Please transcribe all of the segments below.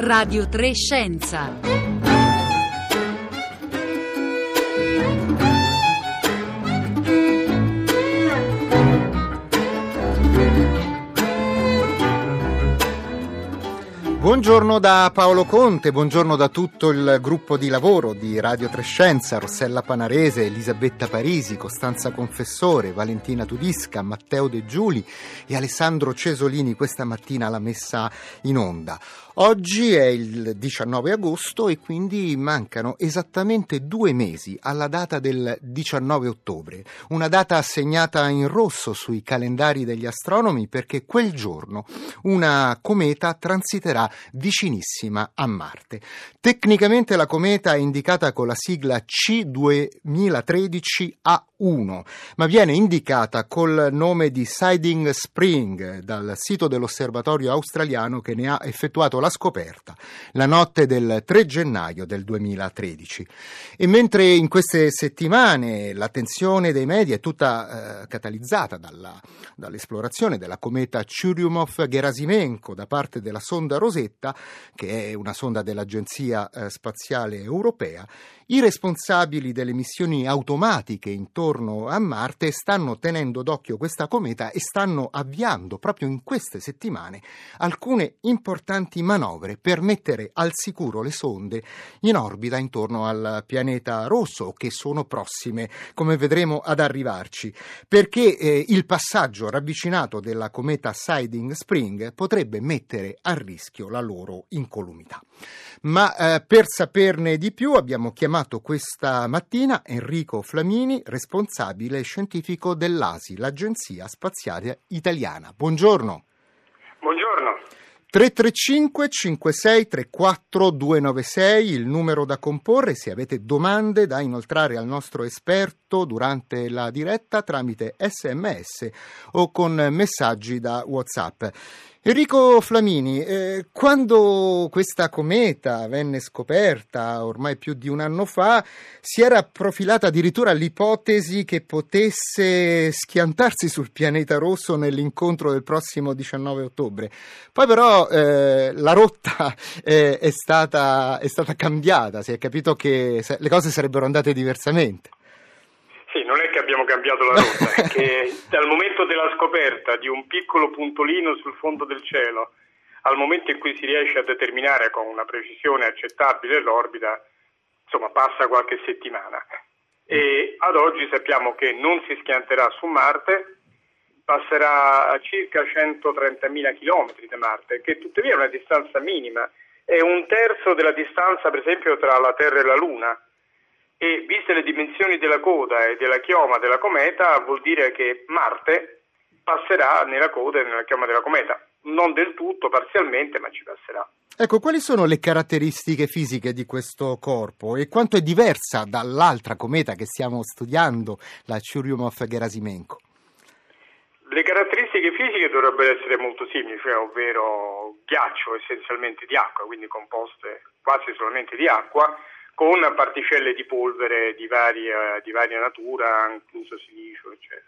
Radio 3 Scienza. Buongiorno da Paolo Conte, buongiorno da tutto il gruppo di lavoro di Radio 3 Scienza, Rossella Panarese, Elisabetta Parisi, Costanza Confessore, Valentina Tudisca, Matteo De Giuli e Alessandro Cesolini questa mattina alla messa in onda. Oggi è il 19 agosto e quindi mancano esattamente 2 mesi alla data del 19 ottobre, una data segnata in rosso sui calendari degli astronomi perché quel giorno una cometa transiterà vicinissima a Marte. Tecnicamente la cometa è indicata con la sigla C2013A1, ma viene indicata col nome di Siding Spring dal sito dell'osservatorio australiano che ne ha effettuato la scoperta la notte del 3 gennaio del 2013. E mentre in queste settimane l'attenzione dei media è tutta catalizzata dall'esplorazione della cometa Churyumov-Gerasimenko da parte della sonda Rosetta, che è una sonda dell'Agenzia Spaziale Europea, i responsabili delle missioni automatiche intorno a Marte stanno tenendo d'occhio questa cometa e stanno avviando proprio in queste settimane alcune importanti manovre per mettere al sicuro le sonde in orbita intorno al pianeta rosso, che sono prossime, come vedremo, ad arrivarci, perché il passaggio ravvicinato della cometa Siding Spring potrebbe mettere a rischio la loro incolumità. Ma per saperne di più abbiamo chiamato questa mattina Enrico Flamini, responsabile scientifico dell'ASI, l'Agenzia Spaziale Italiana. Buongiorno. Buongiorno. 335 56 34 296, il numero da comporre se avete domande da inoltrare al nostro esperto durante la diretta tramite SMS o con messaggi da WhatsApp. Enrico Flamini, quando questa cometa venne scoperta ormai più di un anno fa, si era profilata addirittura l'ipotesi che potesse schiantarsi sul pianeta rosso nell'incontro del prossimo 19 ottobre. Poi però la rotta è stata cambiata, si è capito che le cose sarebbero andate diversamente. Sì, non è che abbiamo cambiato la rotta, è che dal momento della scoperta di un piccolo puntolino sul fondo del cielo al momento in cui si riesce a determinare con una precisione accettabile l'orbita, insomma, passa qualche settimana. E ad oggi sappiamo che non si schianterà su Marte, passerà a circa 130.000 chilometri da Marte, che tuttavia è una distanza minima, è un terzo della distanza per esempio tra la Terra e la Luna. E viste le dimensioni della coda e della chioma della cometa, vuol dire che Marte passerà nella coda e nella chioma della cometa. Non del tutto, parzialmente, ma ci passerà. Ecco, quali sono le caratteristiche fisiche di questo corpo e quanto è diversa dall'altra cometa che stiamo studiando, la Churyumov-Gerasimenko? Le caratteristiche fisiche dovrebbero essere molto simili, cioè ovvero ghiaccio essenzialmente di acqua, quindi composte quasi solamente di acqua, con particelle di polvere di varia natura, incluso silicio, eccetera.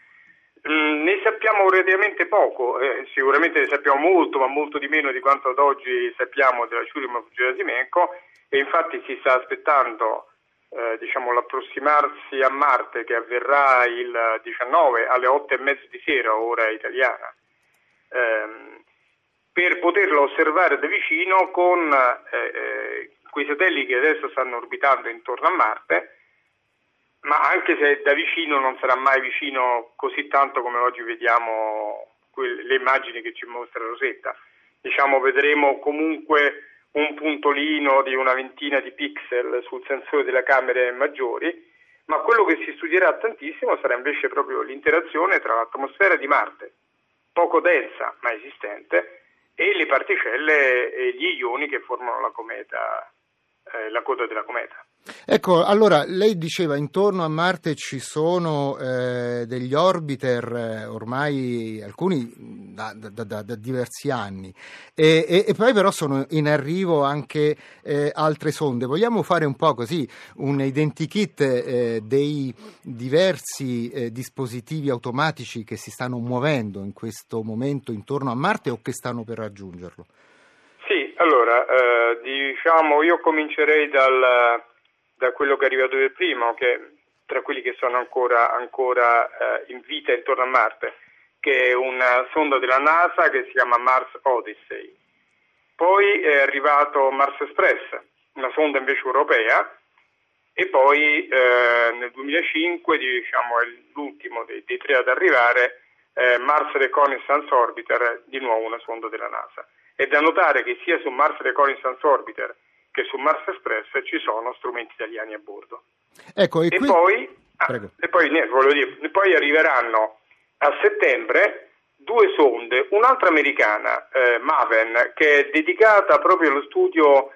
Ne sappiamo relativamente poco, sicuramente ne sappiamo molto, ma molto di meno di quanto ad oggi sappiamo della Churyumov-Gerasimenko, e infatti si sta aspettando l'approssimarsi a Marte, che avverrà il 19 alle 8:30 di sera, ora italiana, per poterlo osservare da vicino con quei satelliti che adesso stanno orbitando intorno a Marte, ma anche se da vicino non sarà mai vicino così tanto come oggi vediamo le immagini che ci mostra Rosetta. Vedremo comunque un puntolino di una ventina di pixel sul sensore delle camere maggiori, ma quello che si studierà tantissimo sarà invece proprio l'interazione tra l'atmosfera di Marte, poco densa ma esistente, e le particelle e gli ioni che formano la cometa, la coda della cometa. Ecco, allora lei diceva intorno a Marte ci sono degli orbiter, ormai alcuni da diversi anni, e poi però sono in arrivo anche altre sonde. Vogliamo fare un po' così un identikit dei diversi dispositivi automatici che si stanno muovendo in questo momento intorno a Marte o che stanno per raggiungerlo? Sì, allora, diciamo, io comincerei da quello che è arrivato per primo, che tra quelli che sono ancora in vita intorno a Marte, che è una sonda della NASA che si chiama Mars Odyssey. Poi è arrivato Mars Express, una sonda invece europea, e poi nel 2005, diciamo, è l'ultimo dei tre ad arrivare, Mars Reconnaissance Orbiter, di nuovo una sonda della NASA. È da notare che sia su Mars Reconnaissance Orbiter che su Mars Express ci sono strumenti italiani a bordo. Ecco, e poi arriveranno a settembre 2 sonde, un'altra americana, MAVEN, che è dedicata proprio allo studio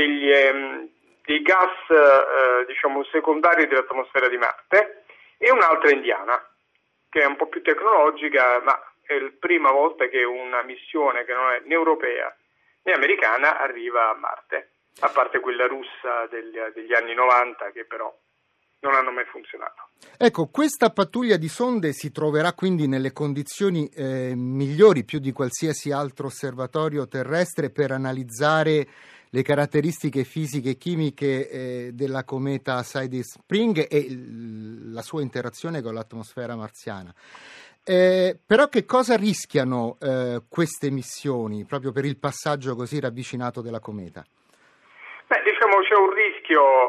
dei gas diciamo secondari dell'atmosfera di Marte, e un'altra indiana che è un po' più tecnologica, ma è la prima volta che una missione che non è né europea né americana arriva a Marte, a parte quella russa degli anni 90 che però non hanno mai funzionato. Ecco, questa pattuglia di sonde si troverà quindi nelle condizioni migliori più di qualsiasi altro osservatorio terrestre per analizzare le caratteristiche fisiche e chimiche della cometa Siding Spring e la sua interazione con l'atmosfera marziana. Però che cosa rischiano queste missioni proprio per il passaggio così ravvicinato della cometa? Beh, diciamo c'è un rischio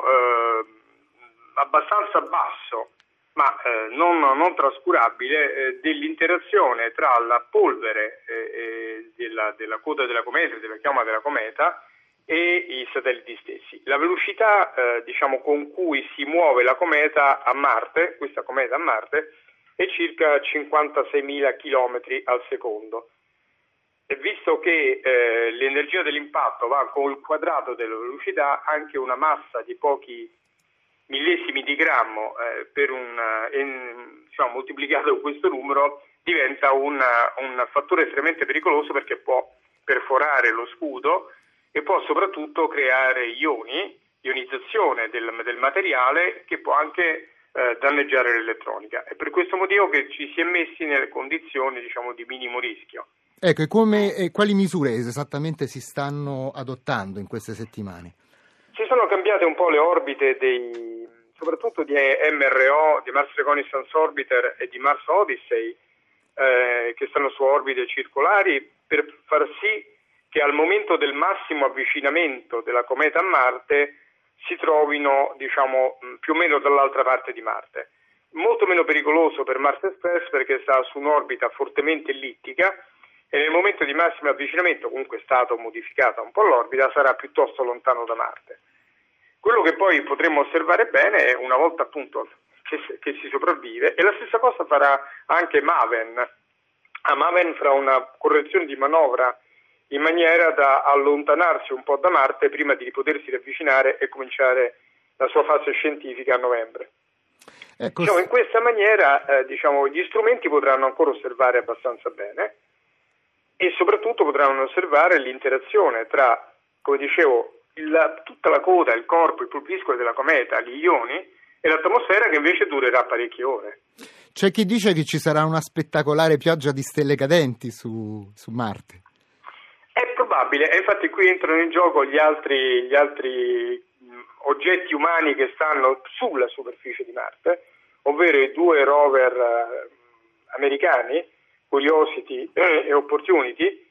abbastanza basso, ma non trascurabile, dell'interazione tra la polvere della coda della cometa, della chioma della cometa, e i satelliti stessi. La velocità diciamo con cui si muove la cometa a Marte, questa cometa a Marte, è circa 56.000 km al secondo. E visto che l'energia dell'impatto va col quadrato della velocità, anche una massa di pochi millesimi di grammo diciamo, moltiplicato con questo numero diventa un fattore estremamente pericoloso, perché può perforare lo scudo e può soprattutto creare ionizzazione del materiale, che può anche danneggiare l'elettronica. È per questo motivo che ci si è messi nelle condizioni, diciamo, di minimo rischio. Ecco, e quali misure esattamente si stanno adottando in queste settimane? Si sono cambiate un po' le orbite soprattutto di MRO, di Mars Reconnaissance Orbiter e di Mars Odyssey, che stanno su orbite circolari, per far sì che al momento del massimo avvicinamento della cometa a Marte si trovino, diciamo, più o meno dall'altra parte di Marte. Molto meno pericoloso per Mars Express, perché sta su un'orbita fortemente ellittica, e nel momento di massimo avvicinamento, comunque è stata modificata un po' l'orbita, sarà piuttosto lontano da Marte. Quello che poi potremo osservare bene è, una volta appunto che si sopravvive, e la stessa cosa farà anche MAVEN. A MAVEN farà una correzione di manovra in maniera da allontanarsi un po' da Marte prima di potersi riavvicinare e cominciare la sua fase scientifica a novembre. Ecco. Diciamo, in questa maniera diciamo, gli strumenti potranno ancora osservare abbastanza bene, e soprattutto potranno osservare l'interazione tra, come dicevo, tutta la coda, il corpo, il pulviscolo della cometa, gli ioni, e l'atmosfera, che invece durerà parecchie ore. C'è chi dice che ci sarà una spettacolare pioggia di stelle cadenti su Marte. È probabile, e infatti qui entrano in gioco gli altri oggetti umani che stanno sulla superficie di Marte, ovvero i 2 rover americani, Curiosity e Opportunity,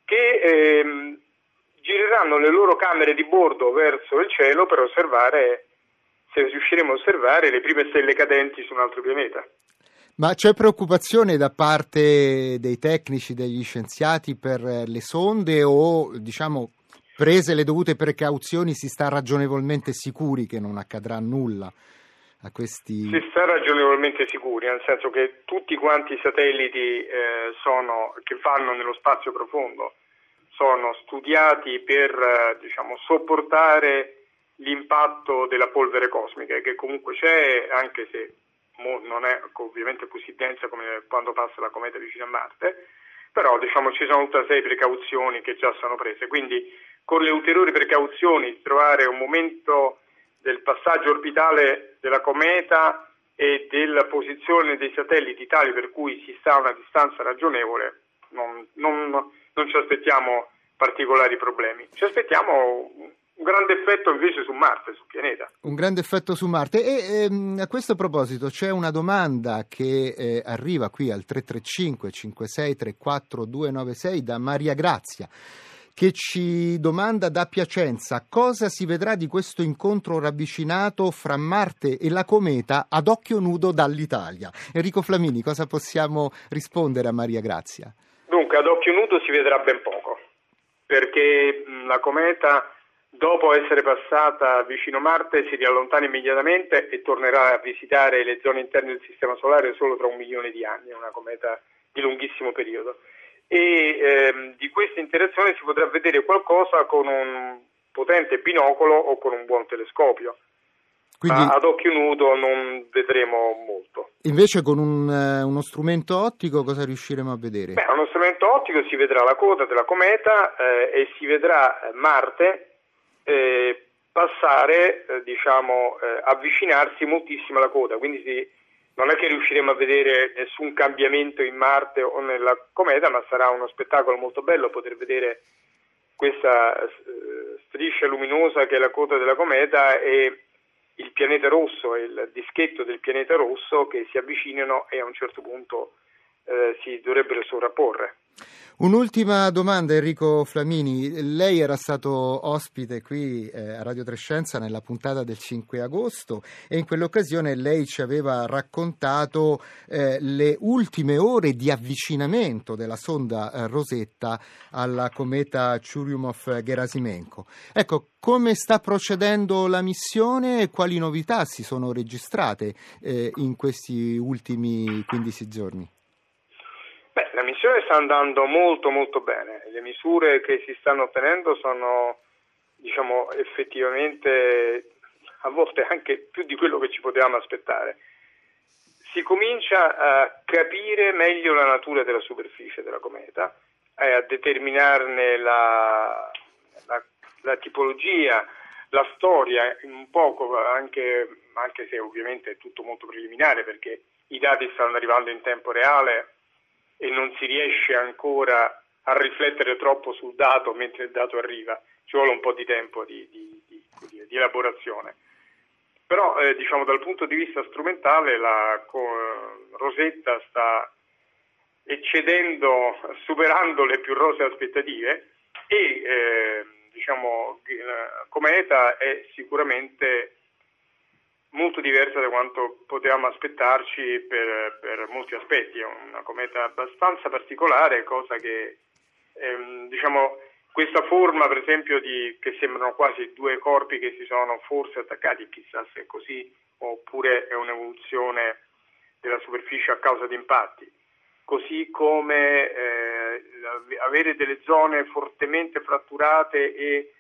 che gireranno le loro camere di bordo verso il cielo per osservare, se riusciremo a osservare, le prime stelle cadenti su un altro pianeta. Ma c'è preoccupazione da parte dei tecnici, degli scienziati per le sonde, o, diciamo, prese le dovute precauzioni, si sta ragionevolmente sicuri che non accadrà nulla a questi? Si sta ragionevolmente sicuri, nel senso che tutti quanti i satelliti che vanno nello spazio profondo sono studiati per diciamo, sopportare l'impatto della polvere cosmica, che comunque c'è, anche se non è ovviamente così densa come quando passa la cometa vicino a Marte, però diciamo ci sono tutta una serie di precauzioni che già sono prese, quindi con le ulteriori precauzioni di trovare un momento del passaggio orbitale della cometa e della posizione dei satelliti tali per cui si sta a una distanza ragionevole, non ci aspettiamo particolari problemi. Ci aspettiamo un grande effetto invece su Marte, sul pianeta. Un grande effetto su Marte. E a questo proposito c'è una domanda che arriva qui al 335 56 34 296 da Maria Grazia, che ci domanda da Piacenza cosa si vedrà di questo incontro ravvicinato fra Marte e la cometa ad occhio nudo dall'Italia. Enrico Flamini, cosa possiamo rispondere a Maria Grazia? Dunque, ad occhio nudo si vedrà ben poco, perché la cometa, dopo essere passata vicino Marte, si riallontana immediatamente e tornerà a visitare le zone interne del Sistema Solare solo tra 1 milione di anni, è una cometa di lunghissimo periodo. E di questa interazione si potrà vedere qualcosa con un potente binocolo o con un buon telescopio. Quindi, ma ad occhio nudo non vedremo molto. Invece con uno strumento ottico cosa riusciremo a vedere? Uno strumento ottico si vedrà la coda della cometa e si vedrà Marte passare, avvicinarsi moltissimo alla coda, quindi non è che riusciremo a vedere nessun cambiamento in Marte o nella cometa, ma sarà uno spettacolo molto bello poter vedere questa striscia luminosa che è la coda della cometa e il pianeta rosso e il dischetto del pianeta rosso che si avvicinano e a un certo punto si dovrebbero sovrapporre. Un'ultima domanda, Enrico Flamini. Lei era stato ospite qui a Radio Trescenza nella puntata del 5 agosto e in quell'occasione lei ci aveva raccontato le ultime ore di avvicinamento della sonda Rosetta alla cometa Churyumov-Gerasimenko. Ecco, come sta procedendo la missione e quali novità si sono registrate in questi ultimi 15 giorni? La missione sta andando molto molto bene, le misure che si stanno ottenendo sono effettivamente a volte anche più di quello che ci potevamo aspettare. Si comincia a capire meglio la natura della superficie della cometa, a determinarne la tipologia, la storia, un poco anche se ovviamente è tutto molto preliminare perché i dati stanno arrivando in tempo reale e non si riesce ancora a riflettere troppo sul dato mentre il dato arriva, ci vuole un po' di tempo di elaborazione. Però dal punto di vista strumentale la Rosetta sta eccedendo, superando le più rosee aspettative e la cometa è sicuramente molto diversa da quanto potevamo aspettarci per molti aspetti. È una cometa abbastanza particolare, cosa che questa forma per esempio che sembrano quasi due corpi che si sono forse attaccati, chissà se è così oppure è un'evoluzione della superficie a causa di impatti, così come avere delle zone fortemente fratturate e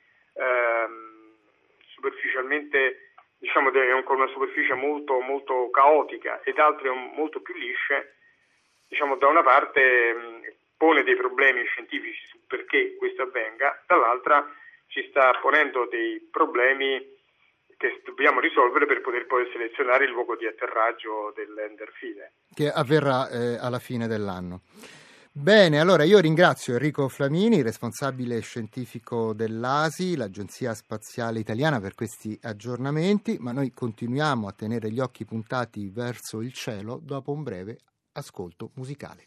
superficialmente con una superficie molto, molto caotica ed altre molto più lisce, da una parte pone dei problemi scientifici su perché questo avvenga, dall'altra ci sta ponendo dei problemi che dobbiamo risolvere per poter poi selezionare il luogo di atterraggio del lander fine. Che avverrà alla fine dell'anno. Bene, allora io ringrazio Enrico Flamini, responsabile scientifico dell'ASI, l'Agenzia Spaziale Italiana, per questi aggiornamenti, ma noi continuiamo a tenere gli occhi puntati verso il cielo dopo un breve ascolto musicale.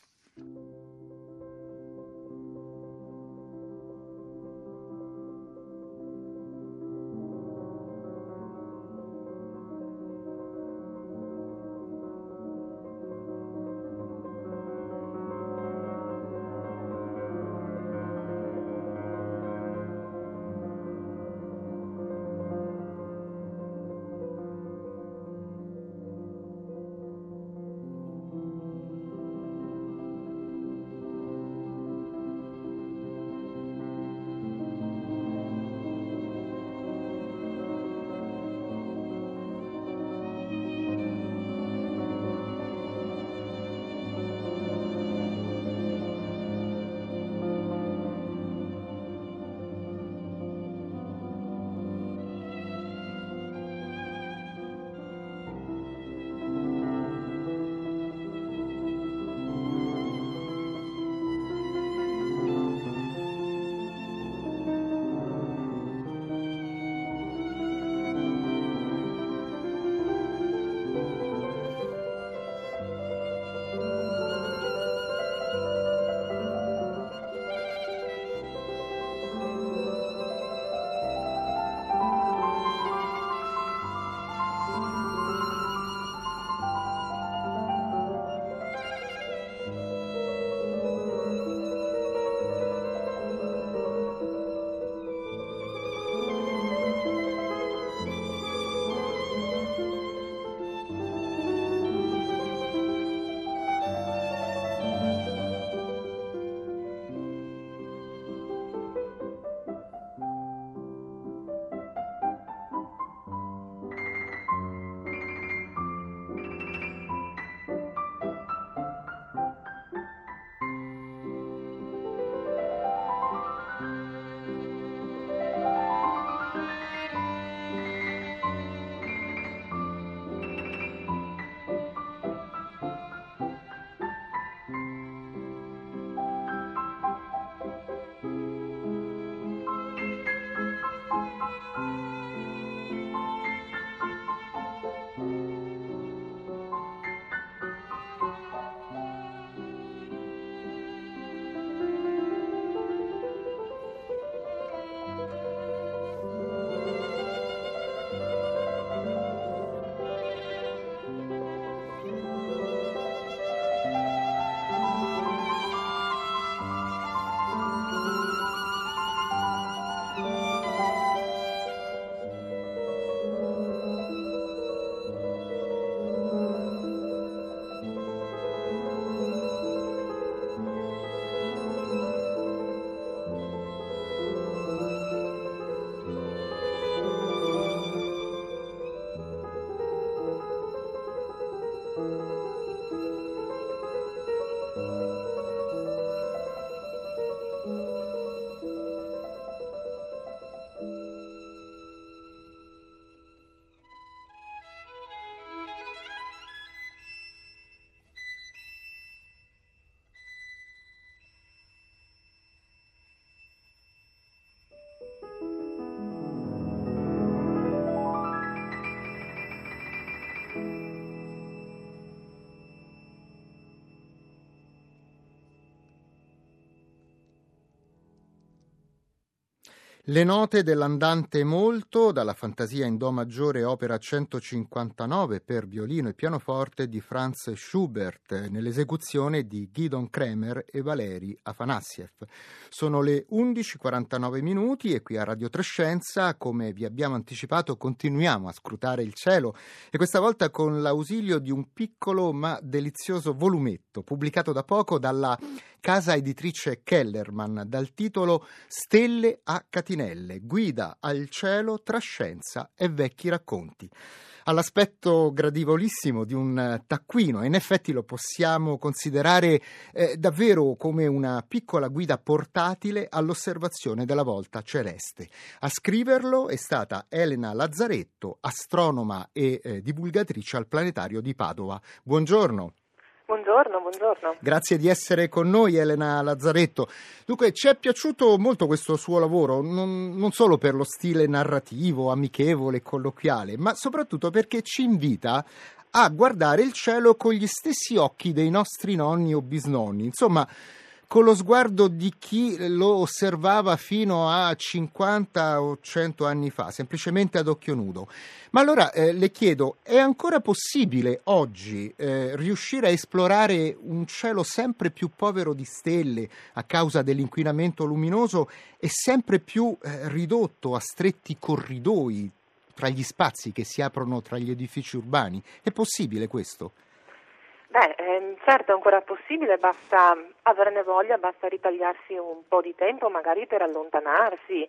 Le note dell'Andante molto, dalla fantasia in do maggiore opera 159 per violino e pianoforte di Franz Schubert, nell'esecuzione di Gidon Kremer e Valeri Afanassiev. Sono le 11:49 minuti e qui a Radio Trescenza, come vi abbiamo anticipato, continuiamo a scrutare il cielo e questa volta con l'ausilio di un piccolo ma delizioso volumetto pubblicato da poco dalla casa editrice Kellerman dal titolo Stelle a catinelle, guida al cielo tra scienza e vecchi racconti. All'aspetto gradevolissimo di un taccuino, e in effetti lo possiamo considerare davvero come una piccola guida portatile all'osservazione della volta celeste. A scriverlo è stata Elena Lazzaretto, astronoma e divulgatrice al Planetario di Padova. Buongiorno. Buongiorno. Grazie di essere con noi, Elena Lazzaretto. Dunque, ci è piaciuto molto questo suo lavoro, non solo per lo stile narrativo, amichevole e colloquiale, ma soprattutto perché ci invita a guardare il cielo con gli stessi occhi dei nostri nonni o bisnonni, insomma, con lo sguardo di chi lo osservava fino a 50 o 100 anni fa, semplicemente ad occhio nudo. Ma allora le chiedo, è ancora possibile oggi riuscire a esplorare un cielo sempre più povero di stelle a causa dell'inquinamento luminoso e sempre più ridotto a stretti corridoi tra gli spazi che si aprono tra gli edifici urbani? È possibile questo? Certo è ancora possibile, basta averne voglia, basta ritagliarsi un po' di tempo magari per allontanarsi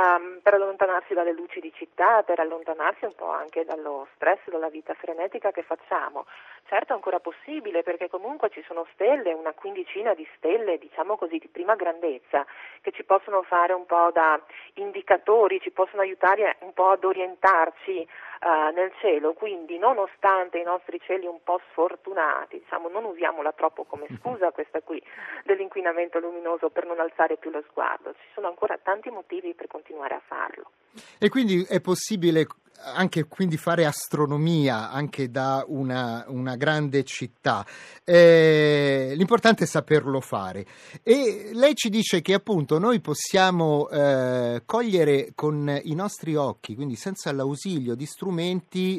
dalle luci di città, per allontanarsi un po' anche dallo stress, dalla vita frenetica che facciamo. Certo è ancora possibile perché comunque ci sono stelle, una quindicina di stelle, diciamo così, di prima grandezza, che ci possono fare un po' da indicatori, ci possono aiutare un po' ad orientarci nel cielo, quindi nonostante i nostri cieli un po' sfortunati, diciamo, non usiamola troppo come scusa questa qui dell'inquinamento luminoso per non alzare più lo sguardo, ci sono ancora tanti motivi per continuare a farlo. E quindi è possibile anche quindi fare astronomia anche da una grande città. L'importante è saperlo fare. E lei ci dice che appunto noi possiamo cogliere con i nostri occhi, quindi senza l'ausilio di strumenti,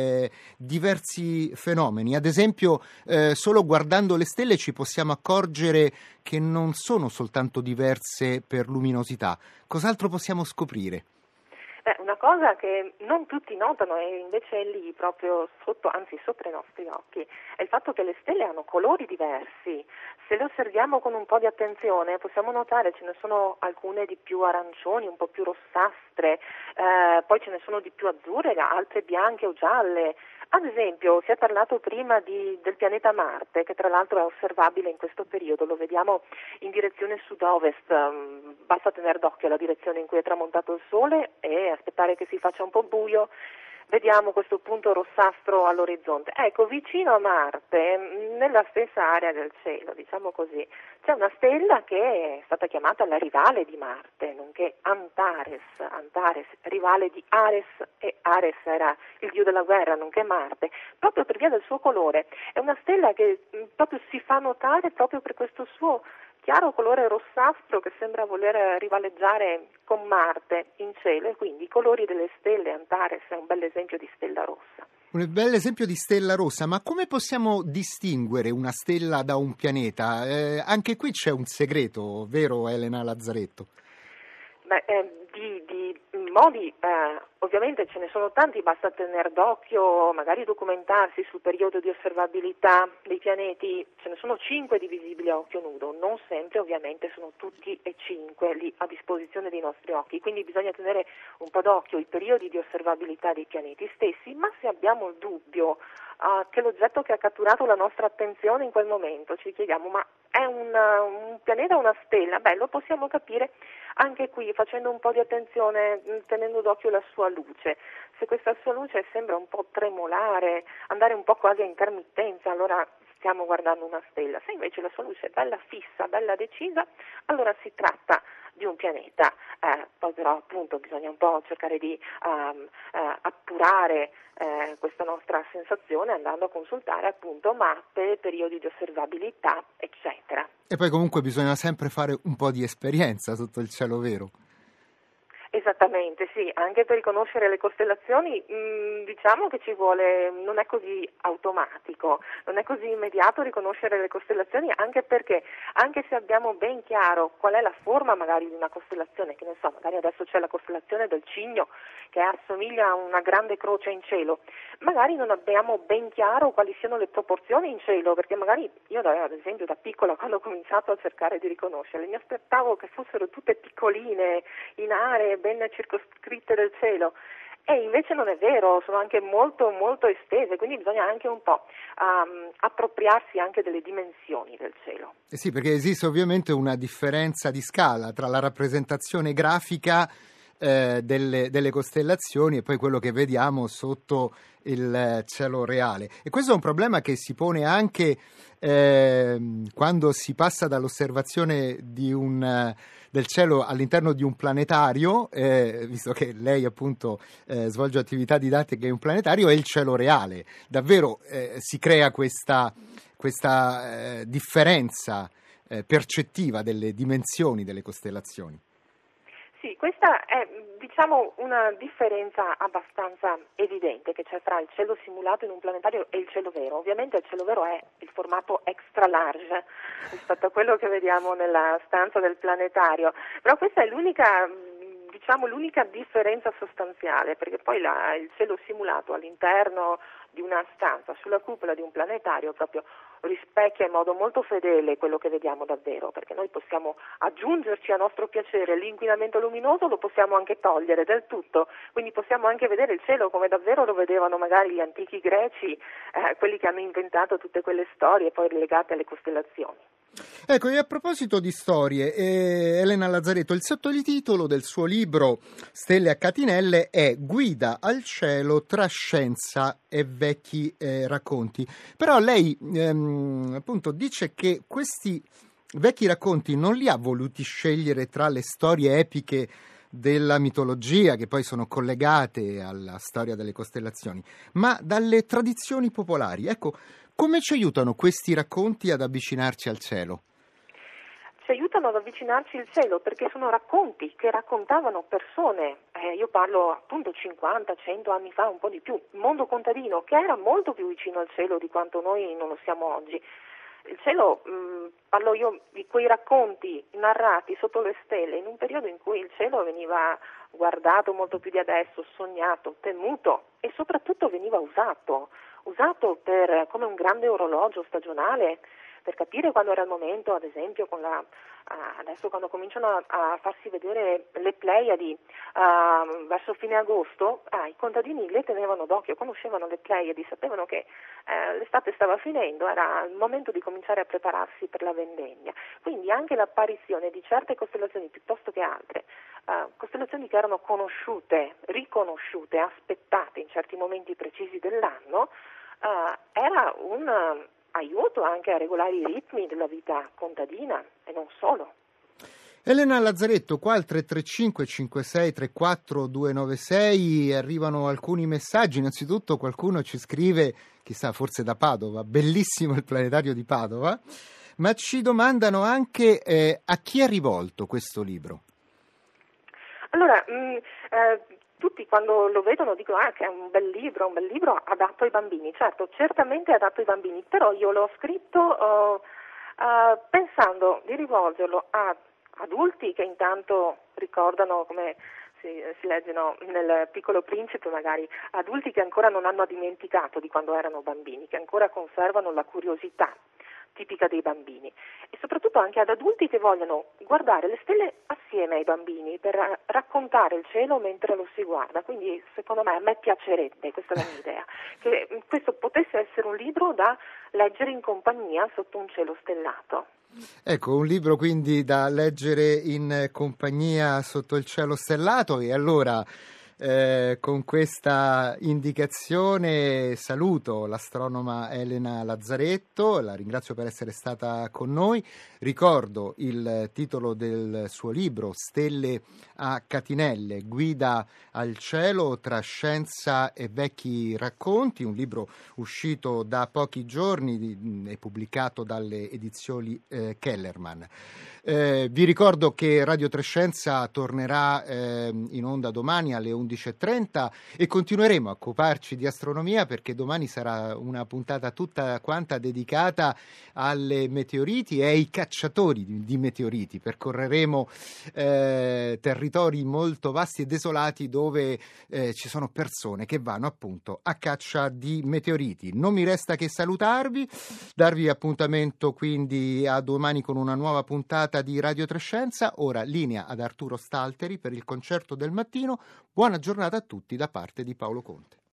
diversi fenomeni. Ad esempio, solo guardando le stelle ci possiamo accorgere che non sono soltanto diverse per luminosità. Cos'altro possiamo scoprire? Una cosa che non tutti notano e invece è lì proprio sopra i nostri occhi, è il fatto che le stelle hanno colori diversi. Se le osserviamo con un po' di attenzione possiamo notare ce ne sono alcune di più arancioni, un po' più rossastre, poi ce ne sono di più azzurre, altre bianche o gialle. Ad esempio, si è parlato prima del pianeta Marte, che tra l'altro è osservabile in questo periodo, lo vediamo in direzione sud-ovest, basta tenere d'occhio la direzione in cui è tramontato il Sole e aspettare che si faccia un po' buio, vediamo questo punto rossastro all'orizzonte. Ecco, vicino a Marte, nella stessa area del cielo, diciamo così, c'è una stella che è stata chiamata la rivale di Marte, nonché Antares, rivale di Ares, e Ares era il dio della guerra, nonché Marte, proprio per via del suo colore. È una stella che proprio si fa notare proprio per questo suo chiaro colore rossastro che sembra voler rivaleggiare con Marte in cielo, e quindi i colori delle stelle. Antares è un bel esempio di stella rossa. Un bel esempio di stella rossa, ma come possiamo distinguere una stella da un pianeta? Anche qui c'è un segreto, vero Elena Lazzaretto? Di modi ovviamente ce ne sono tanti, basta tenere d'occhio, magari documentarsi sul periodo di osservabilità dei pianeti. Ce ne sono 5 di visibili a occhio nudo, non sempre ovviamente sono tutti e 5 lì a disposizione dei nostri occhi, quindi bisogna tenere un po' d'occhio i periodi di osservabilità dei pianeti stessi, ma se abbiamo il dubbio che l'oggetto che ha catturato la nostra attenzione in quel momento, ci chiediamo ma è un pianeta o una stella? Lo possiamo capire anche qui facendo un po' di attenzione, tenendo d'occhio la sua luce. Se questa sua luce sembra un po' tremolare, andare un po' quasi a intermittenza, allora stiamo guardando una stella. Se invece la sua luce è bella fissa, bella decisa, allora si tratta di un pianeta. Poi però appunto bisogna un po' cercare di appurare questa nostra sensazione andando a consultare appunto mappe, periodi di osservabilità, eccetera. E poi comunque bisogna sempre fare un po' di esperienza sotto il cielo, vero? Esattamente, sì, anche per riconoscere le costellazioni diciamo che ci vuole, non è così automatico, non è così immediato riconoscere le costellazioni, anche perché anche se abbiamo ben chiaro qual è la forma magari di una costellazione, che ne so, magari adesso c'è la costellazione del Cigno che assomiglia a una grande croce in cielo, magari non abbiamo ben chiaro quali siano le proporzioni in cielo, perché magari io ad esempio da piccola quando ho cominciato a cercare di riconoscerle mi aspettavo che fossero tutte piccoline, in aree ben circoscritte del cielo, e invece non è vero, sono anche molto molto estese, quindi bisogna anche un po' appropriarsi anche delle dimensioni del cielo. Sì, perché esiste ovviamente una differenza di scala tra la rappresentazione grafica delle costellazioni e poi quello che vediamo sotto il cielo reale. E questo è un problema che si pone anche quando si passa dall'osservazione del cielo all'interno di un planetario, visto che lei appunto svolge attività didattiche in un planetario, e il cielo reale. Davvero si crea questa differenza percettiva delle dimensioni delle costellazioni. Sì, questa è diciamo una differenza abbastanza evidente che c'è tra il cielo simulato in un planetario e il cielo vero. Ovviamente il cielo vero è il formato extra large rispetto a quello che vediamo nella stanza del planetario, però questa è l'unica differenza sostanziale, perché poi il cielo simulato all'interno di una stanza sulla cupola di un planetario proprio rispecchia in modo molto fedele quello che vediamo davvero, perché noi possiamo aggiungerci a nostro piacere l'inquinamento luminoso, lo possiamo anche togliere del tutto, quindi possiamo anche vedere il cielo come davvero lo vedevano magari gli antichi greci, quelli che hanno inventato tutte quelle storie poi legate alle costellazioni. Ecco, e a proposito di storie, Elena Lazzaretto, il sottotitolo del suo libro Stelle a catinelle è Guida al cielo tra scienza e vecchi racconti. Però lei appunto dice che questi vecchi racconti non li ha voluti scegliere tra le storie epiche della mitologia, che poi sono collegate alla storia delle costellazioni, ma dalle tradizioni popolari. Ecco, come ci aiutano questi racconti ad avvicinarci al cielo? Ci aiutano ad avvicinarci al cielo perché sono racconti che raccontavano persone, io parlo appunto 50, 100 anni fa, un po' di più, il mondo contadino che era molto più vicino al cielo di quanto noi non lo siamo oggi. Il cielo, parlo io di quei racconti narrati sotto le stelle in un periodo in cui il cielo veniva guardato molto più di adesso, sognato, temuto e soprattutto veniva usato come un grande orologio stagionale per capire quando era il momento, ad esempio adesso quando cominciano a farsi vedere le Pleiadi verso fine agosto, i contadini le tenevano d'occhio, conoscevano le Pleiadi, sapevano che l'estate stava finendo, era il momento di cominciare a prepararsi per la vendemmia. Quindi anche l'apparizione di certe costellazioni piuttosto che altre, costellazioni che erano conosciute, riconosciute, aspettate in certi momenti precisi dell'anno, era un aiuto anche a regolare i ritmi della vita contadina e non solo. Elena Lazzaretto, qua al 335 56 34 296 arrivano alcuni messaggi. Innanzitutto qualcuno ci scrive, chissà, forse da Padova, bellissimo il planetario di Padova, ma ci domandano anche a chi è rivolto questo libro. Allora, tutti quando lo vedono dicono che è un bel libro adatto ai bambini. Certo, certamente è adatto ai bambini, però io l'ho scritto pensando di rivolgerlo a adulti che intanto ricordano, come si leggono nel Piccolo Principe magari, adulti che ancora non hanno dimenticato di quando erano bambini, che ancora conservano la curiosità tipica dei bambini, e soprattutto anche ad adulti che vogliono guardare le stelle assieme ai bambini per raccontare il cielo mentre lo si guarda. Quindi secondo me, a me piacerebbe, questa è la mia idea, che questo potesse essere un libro da leggere in compagnia sotto un cielo stellato. Ecco, un libro quindi da leggere in compagnia sotto il cielo stellato. E allora con questa indicazione saluto l'astronoma Elena Lazzaretto, la ringrazio per essere stata con noi. Ricordo il titolo del suo libro, Stelle a catinelle, guida al cielo tra scienza e vecchi racconti, un libro uscito da pochi giorni e pubblicato dalle edizioni Kellerman. Vi ricordo che Radio Trescenza tornerà in onda domani alle 11:30 e continueremo a occuparci di astronomia, perché domani sarà una puntata tutta quanta dedicata alle meteoriti e ai cacciatori di meteoriti. Percorreremo territori molto vasti e desolati dove ci sono persone che vanno appunto a caccia di meteoriti. Non mi resta che salutarvi, darvi appuntamento quindi a domani con una nuova puntata di Radio Trescenza. Ora linea ad Arturo Stalteri per il concerto del mattino. Buona giornata a tutti da parte di Paolo Conte.